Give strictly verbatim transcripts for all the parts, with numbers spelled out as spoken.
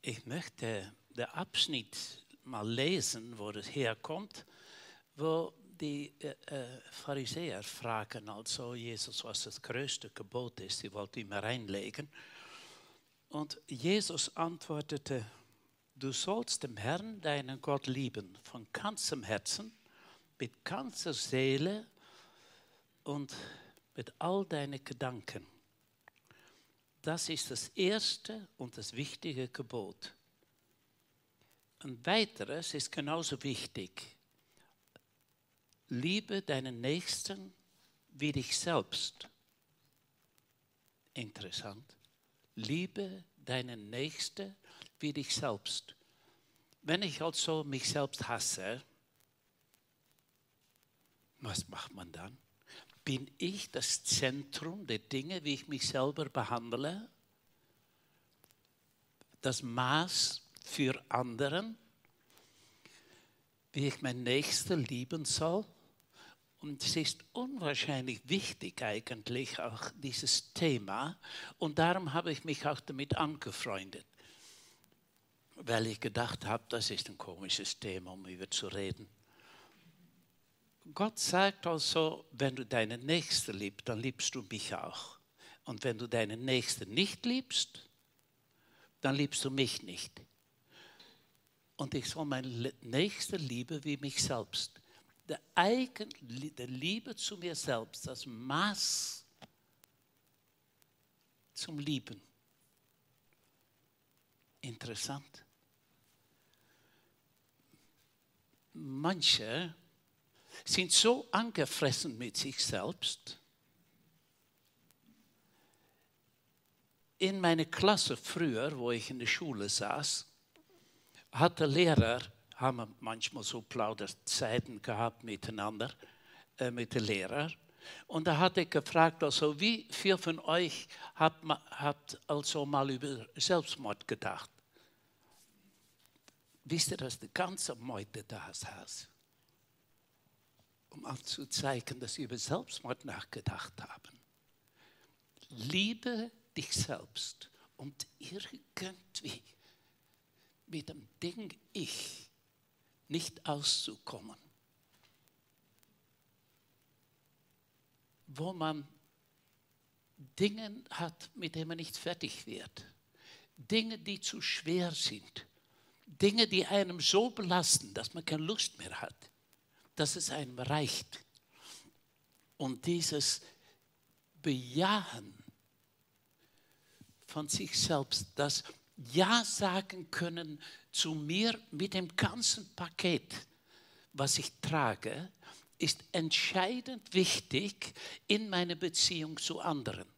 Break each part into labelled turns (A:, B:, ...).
A: Ich möchte den Abschnitt mal lesen, wo das herkommt, wo die äh, Pharisäer fragen, also Jesus, was das größte Gebot ist. Sie wollten ihn reinlegen. Und Jesus antwortete, du sollst den Herrn, deinen Gott, lieben, von ganzem Herzen, mit ganzer Seele und mit all deinen Gedanken. Das ist das erste und das wichtige Gebot. Ein weiteres ist genauso wichtig. Liebe deinen Nächsten wie dich selbst. Interessant. Liebe deinen Nächsten wie dich selbst. Wenn ich also mich selbst hasse, was macht man dann? Bin ich das Zentrum der Dinge, wie ich mich selber behandle? Das Maß für anderen, wie ich meinen Nächsten lieben soll? Und es ist unwahrscheinlich wichtig eigentlich auch dieses Thema. Und darum habe ich mich auch damit angefreundet. Weil ich gedacht habe, das ist ein komisches Thema, um über zu reden. Gott sagt also, wenn du deinen Nächsten liebst, dann liebst du mich auch. Und wenn du deinen Nächsten nicht liebst, dann liebst du mich nicht. Und ich soll meinen Nächsten lieben wie mich selbst. Der, Eigen, der Liebe zu mir selbst, das Maß zum Lieben. Interessant. Manche sind so angefressen mit sich selbst. In meiner Klasse früher, wo ich in der Schule saß, hat der Lehrer, haben wir manchmal so Plauderzeiten gehabt miteinander, äh, mit dem Lehrer. Und da hat er gefragt, also, wie viele von euch habt, habt also mal über Selbstmord gedacht? Wisst ihr, dass die ganze Meute da ist? Um anzuzeigen, dass sie über Selbstmord nachgedacht haben. Liebe dich selbst und irgendwie mit dem Ding Ich nicht auszukommen. Wo man Dinge hat, mit denen man nicht fertig wird. Dinge, die zu schwer sind. Dinge, die einem so belasten, dass man keine Lust mehr hat. Dass es einem reicht. Und dieses Bejahen von sich selbst, das Ja sagen können zu mir mit dem ganzen Paket, was ich trage, ist entscheidend wichtig in meiner Beziehung zu anderen.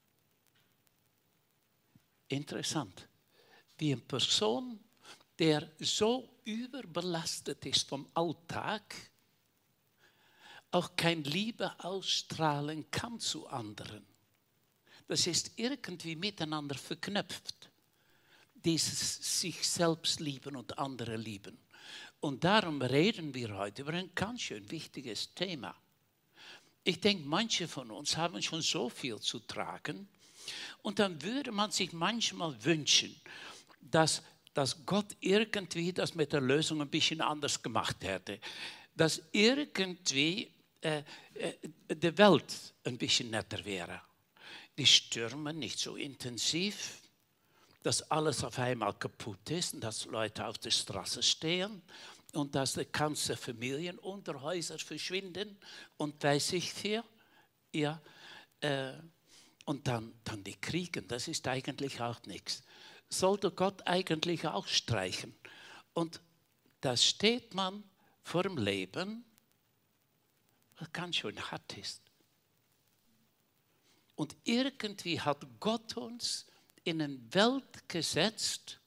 A: Interessant, wie eine Person, der so überbelastet ist vom Alltag, auch keine Liebe ausstrahlen kann zu anderen. Das ist irgendwie miteinander verknüpft. Dieses sich selbst lieben und andere lieben. Und darum reden wir heute über ein ganz schön wichtiges Thema. Ich denke, manche von uns haben schon so viel zu tragen. Und dann würde man sich manchmal wünschen, dass, dass Gott irgendwie das mit der Lösung ein bisschen anders gemacht hätte. Dass irgendwie äh, äh, die Welt ein bisschen netter wäre. Die Stürme nicht so intensiv. Dass alles auf einmal kaputt ist und dass Leute auf der Straße stehen und dass die ganzen Familien unter Häusern verschwinden und weiß ich hier. Ja, äh, und dann, dann die Kriege, das ist eigentlich auch nichts. Sollte Gott eigentlich auch streichen. Und da steht man vor dem Leben, was ganz schön hart ist. Und irgendwie hat Gott uns in eine Welt gesetzt,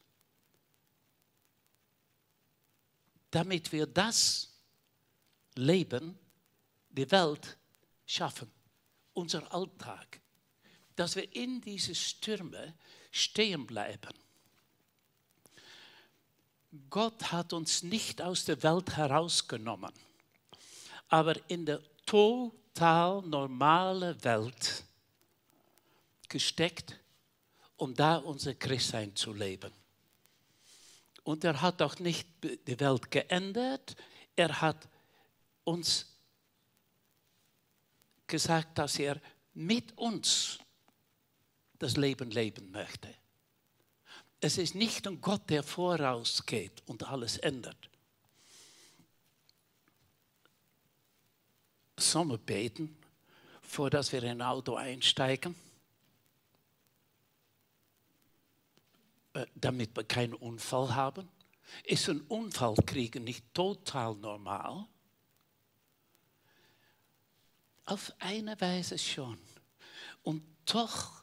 A: damit wir das Leben, die Welt schaffen, unser Alltag, dass wir in diese Stürme stehen bleiben. Gott hat uns nicht aus der Welt herausgenommen, aber in der total normalen Welt gesteckt, um da unser Christsein zu leben. Und er hat auch nicht die Welt geändert. Er hat uns gesagt, dass er mit uns das Leben leben möchte. Es ist nicht ein Gott, der vorausgeht und alles ändert. Sollen wir beten, vor dass wir in ein Auto einsteigen? Damit wir keinen Unfall haben. Ist ein Unfall kriegen nicht total normal? Auf eine Weise schon. Und doch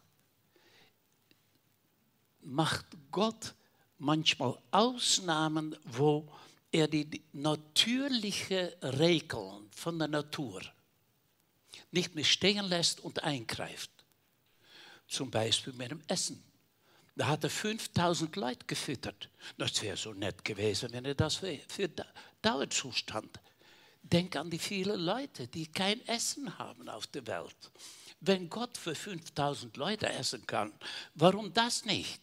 A: macht Gott manchmal Ausnahmen, wo er die natürlichen Regeln von der Natur nicht mehr stehen lässt und eingreift. Zum Beispiel mit dem Essen. Da hat er fünftausend Leute gefüttert. Das wäre so nett gewesen, wenn er das für, für Dauerzustand. Denk an die vielen Leute, die kein Essen haben auf der Welt. Wenn Gott für fünftausend Leute essen kann, warum das nicht?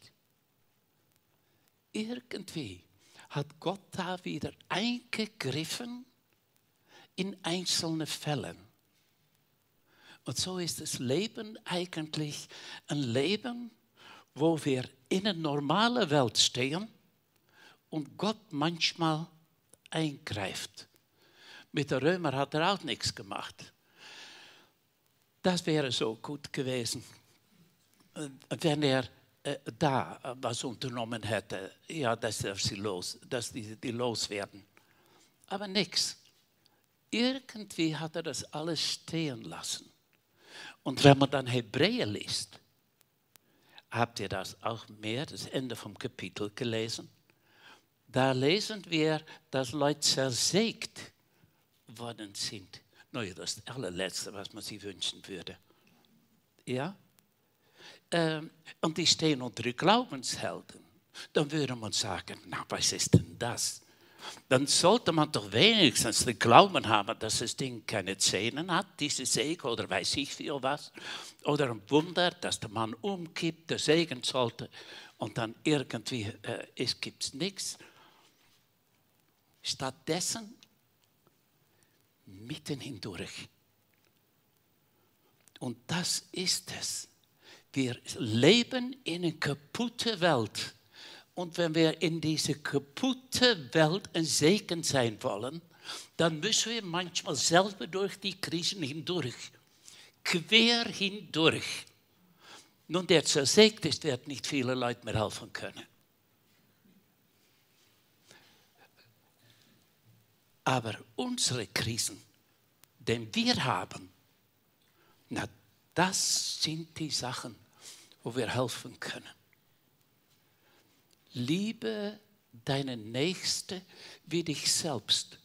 A: Irgendwie hat Gott da wieder eingegriffen in einzelne Fälle. Und so ist das Leben eigentlich ein Leben, wo wir in einer normalen Welt stehen und Gott manchmal eingreift. Mit den Römern hat er auch nichts gemacht. Das wäre so gut gewesen, wenn er äh, da was unternommen hätte, ja, dass, sie los, dass die, die loswerden. Aber nichts. Irgendwie hat er das alles stehen lassen. Und wenn man dann Hebräer liest, habt ihr das auch mehr, das Ende vom Kapitel gelesen? Da lesen wir, dass Leute zersägt worden sind. Naja, das ist das allerletzte, was man sich wünschen würde. Ja? Ähm, und die stehen unter Glaubenshelden. Dann würde man sagen, na, was ist denn das? Dann sollte man doch wenigstens den Glauben haben, dass das Ding keine Zähne hat, diese Säge, oder weiß ich viel was. Oder ein Wunder, dass der Mann umkippt, der Segen sollte. Und dann irgendwie äh, gibt es nichts. Stattdessen mitten hindurch. Und das ist es. Wir leben in einer kaputten Welt. Und wenn wir in diese kaputte Welt ein Segen sein wollen, dann müssen wir manchmal selber durch die Krisen hindurch. Quer hindurch. Nun, der zersägt ist, wird nicht viele Leute mehr helfen können. Aber unsere Krisen, die wir haben, na, das sind die Sachen, wo wir helfen können. Liebe deinen Nächsten wie dich selbst.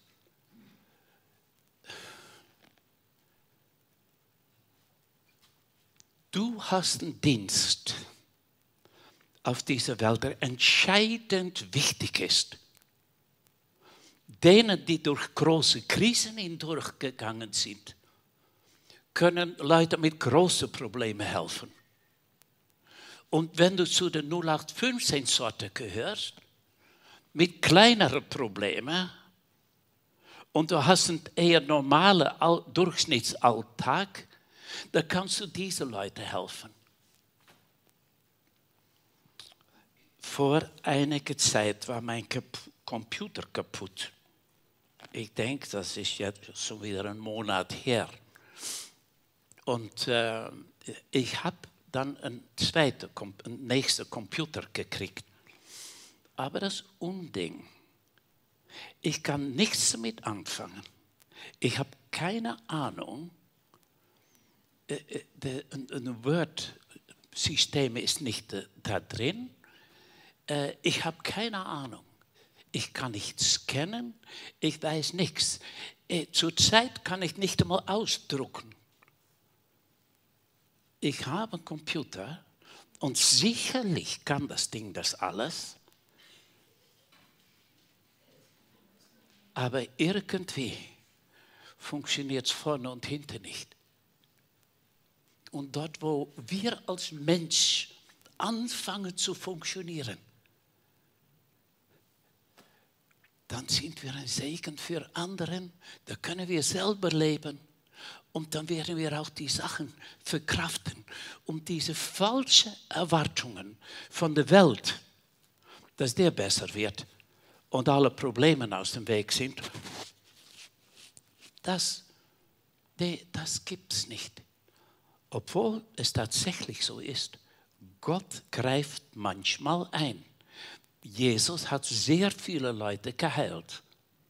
A: Du hast einen Dienst auf dieser Welt, der entscheidend wichtig ist. Denen, die durch große Krisen hindurchgegangen sind, können Leute mit großen Problemen helfen. Und wenn du zu der null acht fünfzehn Sorte gehörst, mit kleineren Problemen, und du hast einen eher normalen Durchschnittsalltag, dann kannst du diesen Leuten helfen. Vor einiger Zeit war mein Computer kaputt. Ich denke, das ist jetzt schon wieder ein Monat her. Und äh, ich habe dann einen zweiten, einen nächsten Computer gekriegt. Aber das Unding, ich kann nichts damit anfangen. Ich habe keine Ahnung, ein Word-System ist nicht da drin. Ich habe keine Ahnung. Ich kann nicht scannen, ich weiß nichts. Zurzeit kann ich nicht einmal ausdrucken. Ich habe einen Computer und sicherlich kann das Ding das alles, aber irgendwie funktioniert es vorne und hinten nicht. Und dort, wo wir als Mensch anfangen zu funktionieren, dann sind wir ein Segen für anderen. Da können wir selber leben. Und dann werden wir auch die Sachen verkraften. Und diese falschen Erwartungen von der Welt, dass der besser wird und alle Probleme aus dem Weg sind, das, das gibt es nicht. Obwohl es tatsächlich so ist, Gott greift manchmal ein. Jesus hat sehr viele Leute geheilt,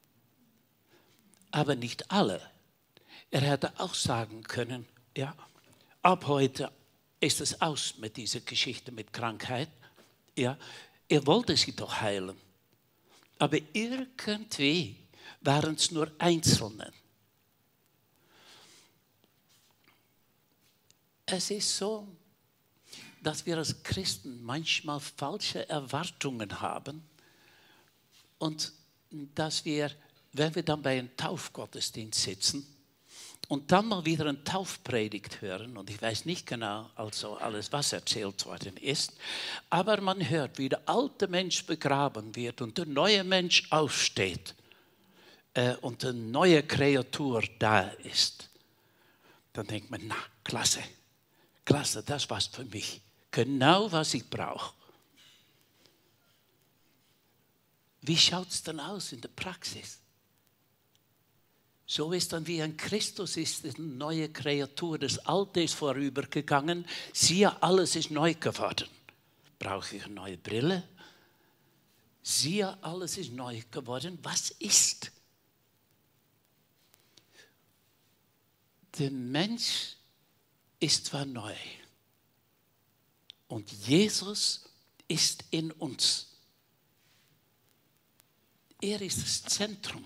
A: aber nicht alle. Er hätte auch sagen können, ja, ab heute ist es aus mit dieser Geschichte mit Krankheit. Ja, er wollte sie doch heilen. Aber irgendwie waren es nur Einzelne. Es ist so, dass wir als Christen manchmal falsche Erwartungen haben und dass wir, wenn wir dann bei einem Taufgottesdienst sitzen und dann mal wieder eine Taufpredigt hören, und ich weiß nicht genau also alles, was erzählt worden ist, aber man hört, wie der alte Mensch begraben wird und der neue Mensch aufsteht äh, und eine neue Kreatur da ist, dann denkt man, na, klasse, klasse, das war's für mich. Genau, was ich brauche. Wie schaut es dann aus in der Praxis? So ist dann wie ein Christus ist eine neue Kreatur. Das Alte ist vorübergegangen. Siehe, alles ist neu geworden. Brauche ich eine neue Brille? Siehe, alles ist neu geworden. Was ist? Der Mensch ist zwar neu. Und Jesus ist in uns. Er ist das Zentrum.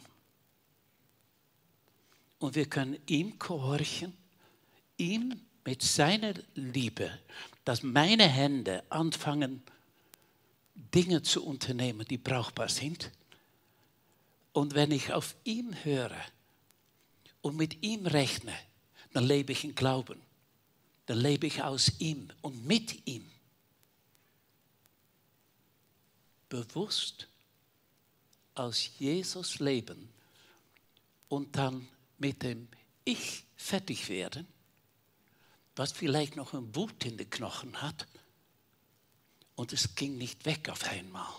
A: Und wir können ihm gehorchen, ihm mit seiner Liebe, dass meine Hände anfangen, Dinge zu unternehmen, die brauchbar sind. Und wenn ich auf ihn höre und mit ihm rechne, dann lebe ich in Glauben. Dann lebe ich aus ihm und mit ihm. Bewusst aus Jesus leben und dann mit dem Ich fertig werden, was vielleicht noch eine Wut in den Knochen hat und es ging nicht weg auf einmal.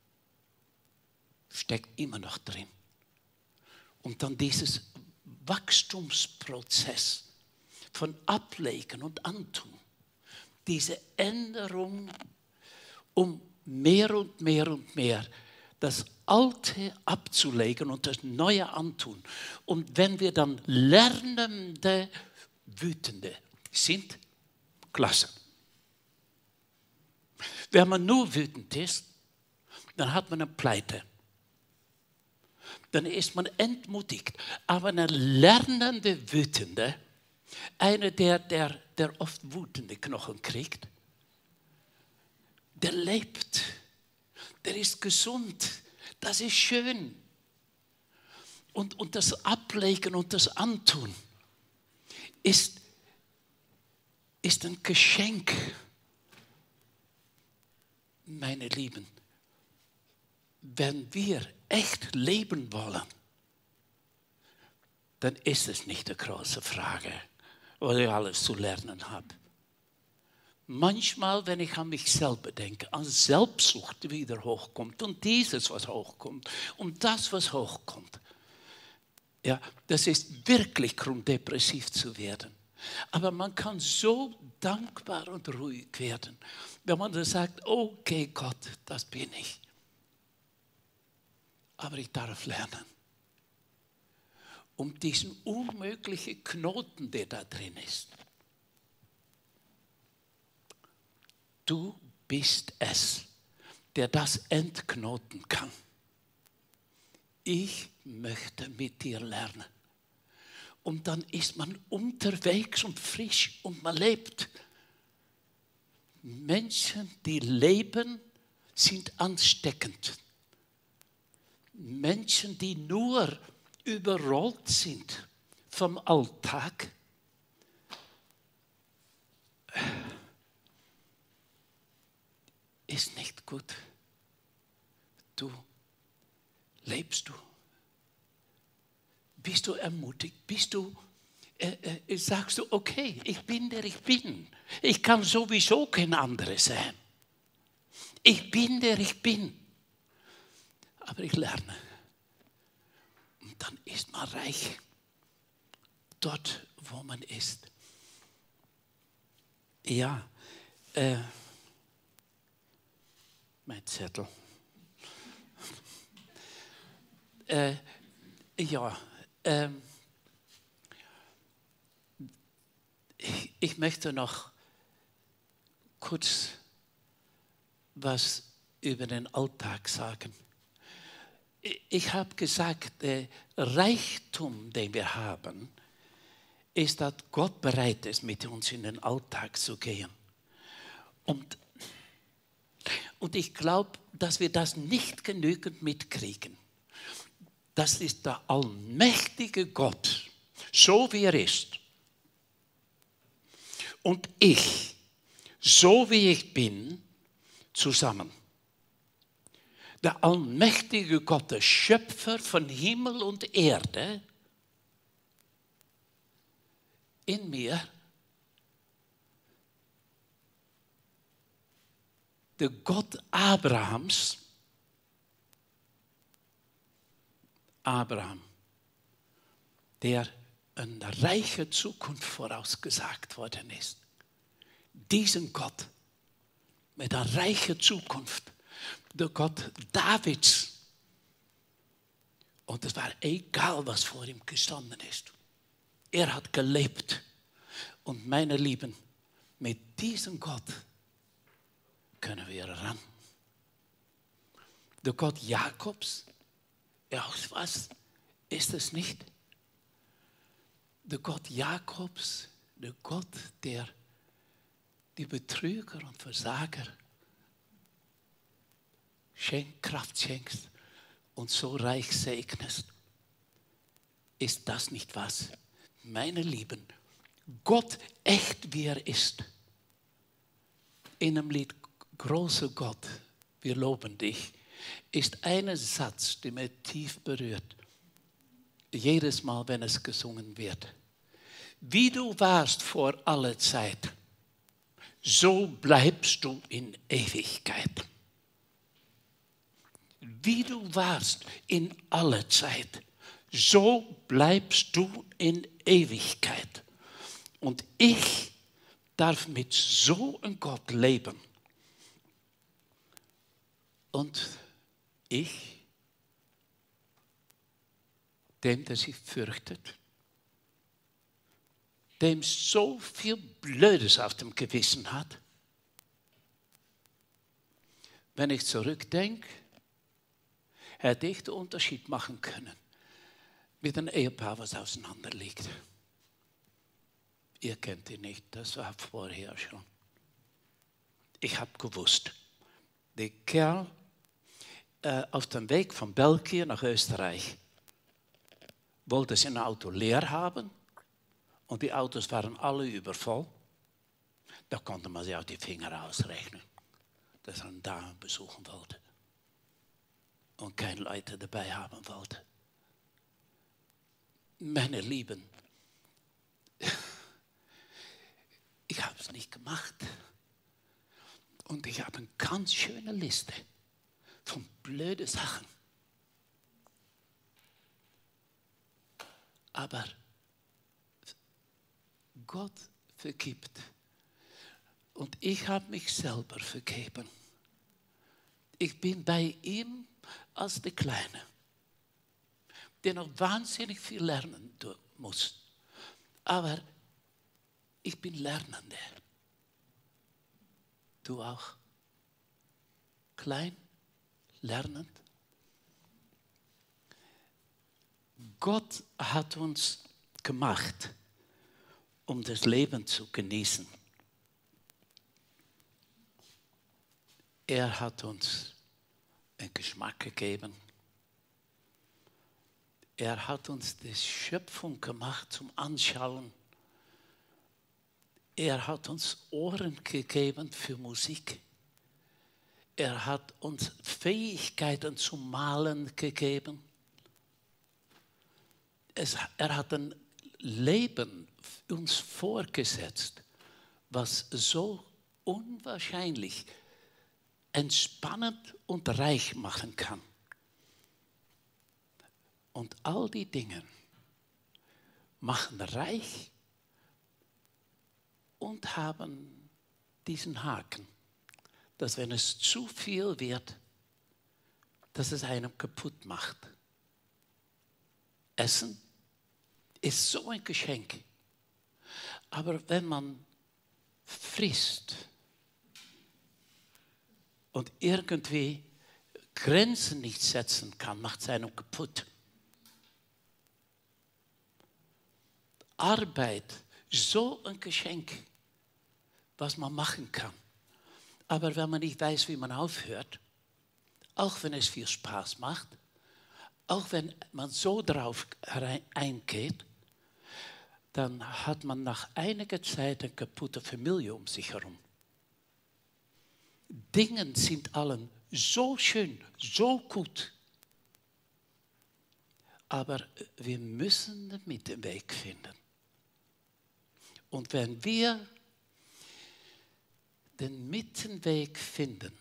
A: Steckt immer noch drin. Und dann dieses Wachstumsprozess von Ablegen und Antun. Diese Änderung, um mehr und mehr und mehr das Alte abzulegen und das Neue antun. Und wenn wir dann lernende, wütende sind, klasse. Wenn man nur wütend ist, dann hat man eine Pleite. Dann ist man entmutigt. Aber eine lernende, wütende, einer, der, der, der oft wütende Knochen kriegt, der lebt, der ist gesund, das ist schön. Und, und das Ablegen und das Antun ist, ist ein Geschenk, meine Lieben. Wenn wir echt leben wollen, dann ist es nicht eine große Frage, was ich alles zu lernen habe. Manchmal, wenn ich an mich selber denke, an Selbstsucht, die wieder hochkommt und dieses, was hochkommt und das, was hochkommt, ja, das ist wirklich Grund, depressiv zu werden. Aber man kann so dankbar und ruhig werden, wenn man dann sagt, okay Gott, das bin ich. Aber ich darf lernen, um diesen unmöglichen Knoten, der da drin ist. Du bist es, der das entknoten kann. Ich möchte mit dir lernen. Und dann ist man unterwegs und frisch und man lebt. Menschen, die leben, sind ansteckend. Menschen, die nur überrollt sind vom Alltag, ist nicht gut. Du, Lebst du? Bist du ermutigt? Bist du, äh, äh, sagst du, okay, ich bin der ich bin. Ich kann sowieso kein anderer sein. Ich bin der ich bin. Aber ich lerne. Und dann ist man reich. Dort, wo man ist. Ja, äh, mein Zettel. äh, ja, äh, ich, ich möchte noch kurz was über den Alltag sagen. Ich habe gesagt, der Reichtum, den wir haben, ist, dass Gott bereit ist, mit uns in den Alltag zu gehen. Und, und ich glaube, dass wir das nicht genügend mitkriegen. Das ist der allmächtige Gott, so wie er ist. Und ich, so wie ich bin, zusammen. Der allmächtige Gott, der Schöpfer von Himmel und Erde, in mir, der Gott Abrahams, Abraham, der eine reiche Zukunft vorausgesagt worden ist. Diesen Gott mit einer reichen Zukunft, der Gott Davids. Und es war egal, was vor ihm gestanden ist. Er hat gelebt. Und meine Lieben, mit diesem Gott können wir ran. Der Gott Jakobs, ja, was ist es nicht? Der Gott Jakobs, der Gott, der die Betrüger und Versager schenkt, Kraft schenkst und so reich segnest. Ist das nicht was? Meine Lieben, Gott echt wie er ist. In dem Lied Großer Gott, wir loben dich, ist ein Satz, der mich tief berührt. Jedes Mal, wenn es gesungen wird. Wie du warst vor aller Zeit, so bleibst du in Ewigkeit. Wie du warst in aller Zeit, so bleibst du in Ewigkeit. Und ich darf mit so einem Gott leben. Und ich, dem, der sich fürchtet, dem so viel Blödes auf dem Gewissen hat, wenn ich zurückdenke, hätte ich den Unterschied machen können mit einem Ehepaar, was auseinander liegt. Ihr kennt ihn nicht, das war vorher schon. Ich habe gewusst, der Kerl äh, auf dem Weg von Belgien nach Österreich wollte sein Auto leer haben und die Autos waren alle übervoll. Da konnte man sich auch die Finger ausrechnen, dass er eine Dame besuchen wollte und keine Leute dabei haben wollte. Meine Lieben, ich habe es nicht gemacht. Und ich habe eine ganz schöne Liste von blöden Sachen. Aber Gott vergibt. Und ich habe mich selber vergeben. Ich bin bei ihm als der Kleine, der noch wahnsinnig viel lernen muss. Aber ich bin Lernender. Du auch? Klein, lernend. Gott hat uns gemacht, um das Leben zu genießen. Er hat uns einen Geschmack gegeben. Er hat uns die Schöpfung gemacht zum Anschauen. Er hat uns Ohren gegeben für Musik. Er hat uns Fähigkeiten zum Malen gegeben. Es, er hat ein Leben uns vorgesetzt, was so unwahrscheinlich entspannend und reich machen kann. Und all die Dinge machen reich und haben diesen Haken, dass wenn es zu viel wird, dass es einem kaputt macht. Essen ist so ein Geschenk. Aber wenn man frisst und irgendwie Grenzen nicht setzen kann, macht es einem kaputt. Arbeit, so ein Geschenk, was man machen kann. Aber wenn man nicht weiß, wie man aufhört, auch wenn es viel Spaß macht, auch wenn man so drauf eingeht, dann hat man nach einiger Zeit eine kaputte Familie um sich herum. Dinge sind allen so schön, so gut. Aber wir müssen den Mittelweg finden. Und wenn wir den Mittelweg finden,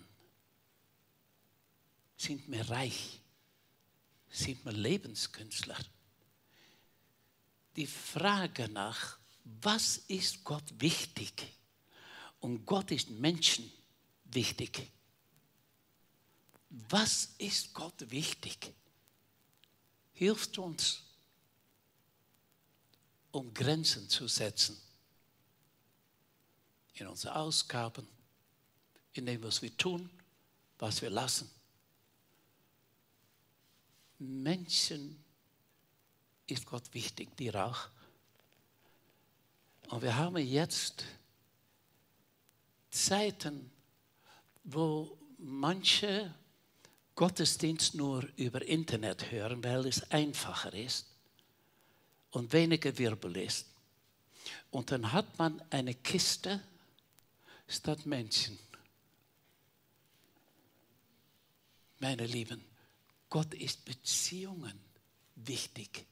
A: sind wir reich, sind wir Lebenskünstler. Die Frage nach, was ist Gott wichtig? Und Gott ist Menschen wichtig. Was ist Gott wichtig? Hilft uns, um Grenzen zu setzen. In unseren Ausgaben, in dem, was wir tun, was wir lassen. Menschen ist Gott wichtig, dir auch. Und wir haben jetzt Zeiten, wo manche Gottesdienst nur über Internet hören, weil es einfacher ist und weniger Wirbel ist. Und dann hat man eine Kiste statt Menschen. Meine Lieben, Gott ist Beziehungen wichtig.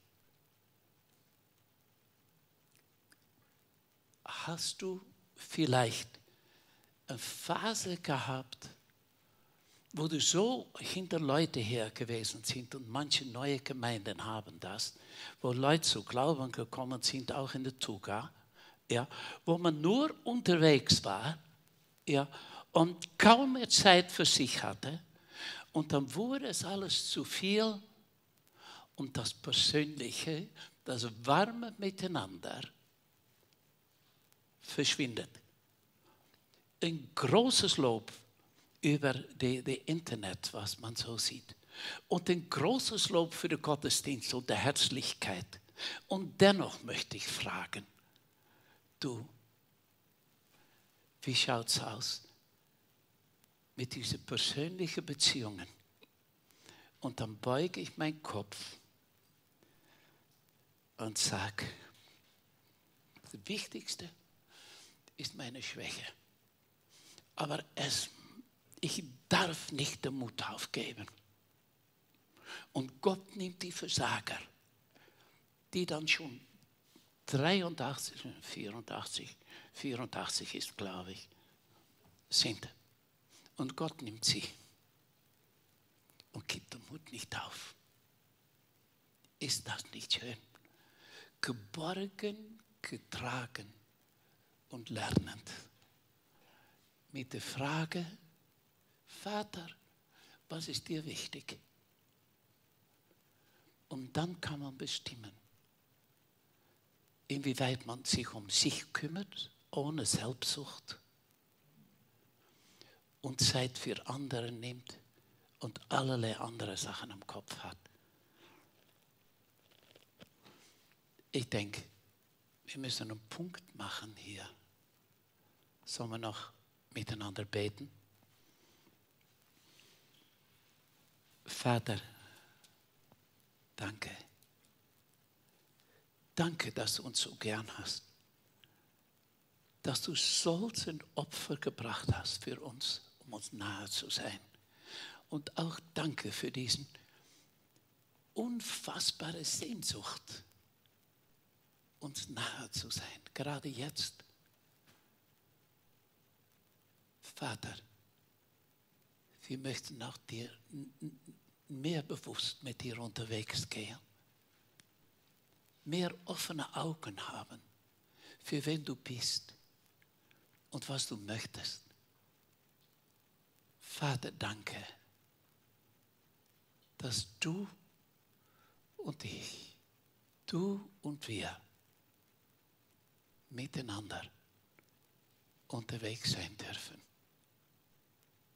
A: Hast du vielleicht eine Phase gehabt, wo du so hinter Leute her gewesen sind und manche neue Gemeinden haben das, wo Leute zu Glauben gekommen sind, auch in der Tuga, ja, wo man nur unterwegs war, ja, und kaum mehr Zeit für sich hatte und dann wurde es alles zu viel und das Persönliche, das warme Miteinander verschwindet. Ein großes Lob über die, die Internet, was man so sieht. Und ein großes Lob für den Gottesdienst und der Herzlichkeit. Und dennoch möchte ich fragen, du, wie schaut es aus mit diesen persönlichen Beziehungen? Und dann beuge ich meinen Kopf und sage, das Wichtigste ist meine Schwäche. Aber es, ich darf nicht den Mut aufgeben. Und Gott nimmt die Versager, die dann schon dreiundachtzig, vierundachtzig, vierundachtzig ist, glaube ich, sind. Und Gott nimmt sie und gibt den Mut nicht auf. Ist das nicht schön? Geborgen, getragen und lernend. Mit der Frage, Vater, was ist dir wichtig? Und dann kann man bestimmen, inwieweit man sich um sich kümmert, ohne Selbstsucht und Zeit für andere nimmt und allerlei andere Sachen am Kopf hat. Ich denke, wir müssen einen Punkt machen hier. Sollen wir noch miteinander beten? Vater, danke. Danke, dass du uns so gern hast. Dass du solch ein Opfer gebracht hast für uns, um uns nahe zu sein. Und auch danke für diesen unfassbare Sehnsucht, uns nahe zu sein, gerade jetzt. Vater, wir möchten auch dir mehr bewusst mit dir unterwegs gehen, mehr offene Augen haben, für wen du bist und was du möchtest. Vater, danke, dass du und ich, du und wir miteinander unterwegs sein dürfen.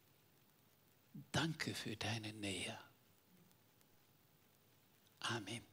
A: Danke für deine Nähe. Amen.